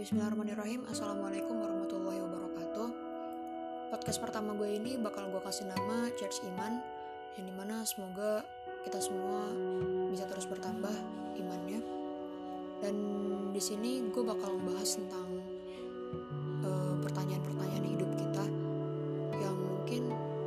bismillahirrahmanirrahim. Assalamualaikum warahmatullahi wabarakatuh. Podcast pertama gue ini bakal gue kasih nama Church Iman, yang dimana semoga kita semua bisa terus bertambah imannya. Dan di sini gue bakal membahas tentang pertanyaan-pertanyaan hidup kita yang mungkin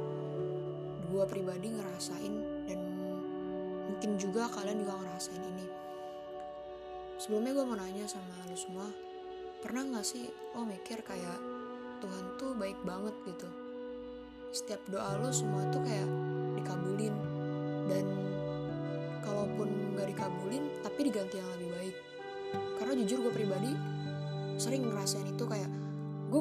gue pribadi ngerasain, dan mungkin juga kalian juga ngerasain ini. Sebelumnya gue mau nanya sama lo semua, pernah gak sih lo mikir kayak Tuhan tuh baik banget gitu? Setiap doa lo semua tuh kayak dikabulin, dan kalaupun gak dikabulin tapi diganti yang lebih baik. Karena jujur gue pribadi sering ngerasain itu, kayak gue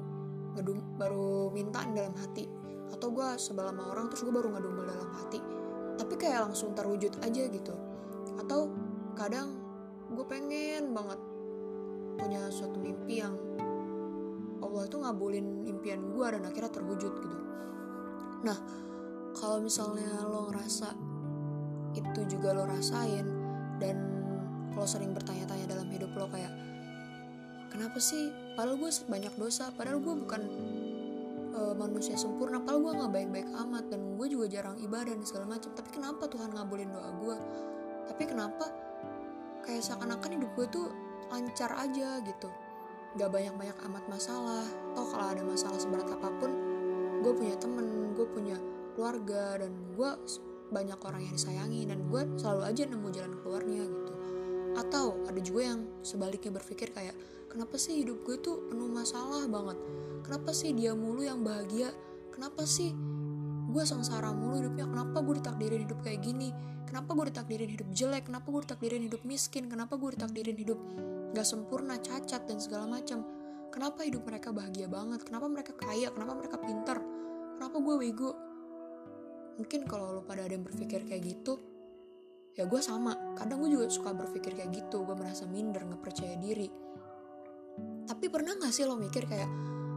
baru minta dalam hati, atau gue sebel sama orang terus gue baru ngedumel dalam hati, tapi kayak langsung terwujud aja gitu. Atau kadang gue pengen banget punya suatu mimpi yang Allah tuh ngabulin impian gue dan akhirnya terwujud gitu. Nah, kalau misalnya lo ngerasa itu juga lo rasain, dan lo sering bertanya-tanya dalam hidup lo kayak, kenapa sih? Padahal gue banyak dosa, padahal gue bukan manusia sempurna, padahal gue gak baik-baik amat, dan gue juga jarang ibadah dan segala macam. Tapi kenapa Tuhan ngabulin doa gue? Tapi kenapa kayak seakan-akan hidup gue tuh lancar aja gitu, gak banyak-banyak amat masalah. Toh kalau ada masalah seberat apapun, gue punya temen, gue punya keluarga, dan gue banyak orang yang disayangi, dan gue selalu aja nemu jalan keluarnya gitu. Atau ada juga yang sebaliknya berpikir kayak, kenapa sih hidup gue tuh penuh masalah banget? Kenapa sih dia mulu yang bahagia? Kenapa sih gue sengsara mulu hidupnya? Kenapa gue ditakdirin hidup kayak gini? Kenapa gue ditakdirin hidup jelek? Kenapa gue ditakdirin hidup miskin? Kenapa gue ditakdirin hidup gak sempurna, cacat, dan segala macam? Kenapa hidup mereka bahagia banget? Kenapa mereka kaya? Kenapa mereka pintar? Kenapa gue bego? Mungkin kalau lo pada ada yang berpikir kayak gitu, ya gue sama. Kadang gue juga suka berpikir kayak gitu. Gue merasa minder, gak percaya diri. Tapi pernah gak sih lo mikir kayak,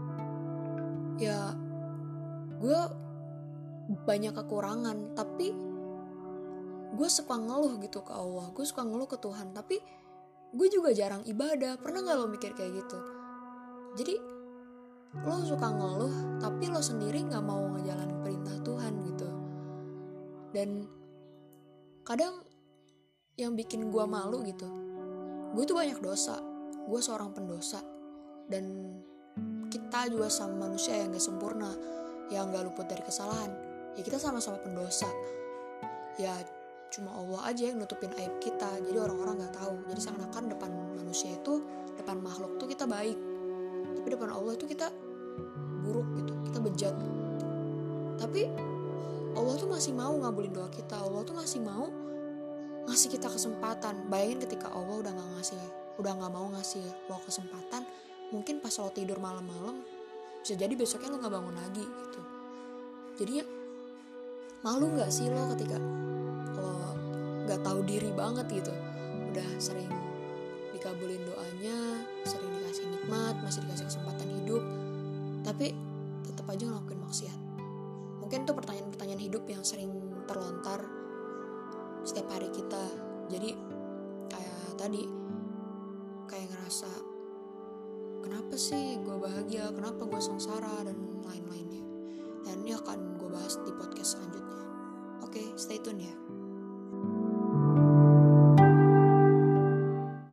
ya gue banyak kekurangan, tapi gue suka ngeluh gitu ke Allah, gue suka ngeluh ke Tuhan, tapi gue juga jarang ibadah. Pernah gak lo mikir kayak gitu? Jadi lo suka ngeluh, tapi lo sendiri gak mau ngejalanin perintah Tuhan gitu. Dan kadang yang bikin gue malu gitu, gue tuh banyak dosa, gue seorang pendosa, dan kita juga sama manusia yang gak sempurna, yang gak luput dari kesalahan. Ya kita sama-sama pendosa, ya cuma Allah aja yang nutupin aib kita, jadi orang-orang gak tahu. Jadi seakan-akan depan manusia itu, depan makhluk tuh kita baik, tapi depan Allah itu kita buruk gitu, kita bejat. Tapi Allah tuh masih mau ngabulin doa kita. Allah tuh masih mau ngasih kita kesempatan. Bayangin ketika Allah udah gak mau ngasih lo kesempatan, mungkin pas lo tidur malam-malam, bisa jadi besoknya lo gak bangun lagi gitu. Jadinya malu gak sih lo ketika lo gak tahu diri banget gitu, udah sering dikabulin doanya, sering dikasih nikmat, masih dikasih kesempatan hidup, tapi tetap aja ngelakuin maksiat. Mungkin itu pertanyaan-pertanyaan hidup yang sering terlontar setiap hari kita. Jadi kayak tadi, kayak ngerasa, kenapa sih gue bahagia, kenapa gue sengsara, dan lain-lainnya. Dan ini akan gue bahas di podcast selanjutnya. Oke, stay tune ya.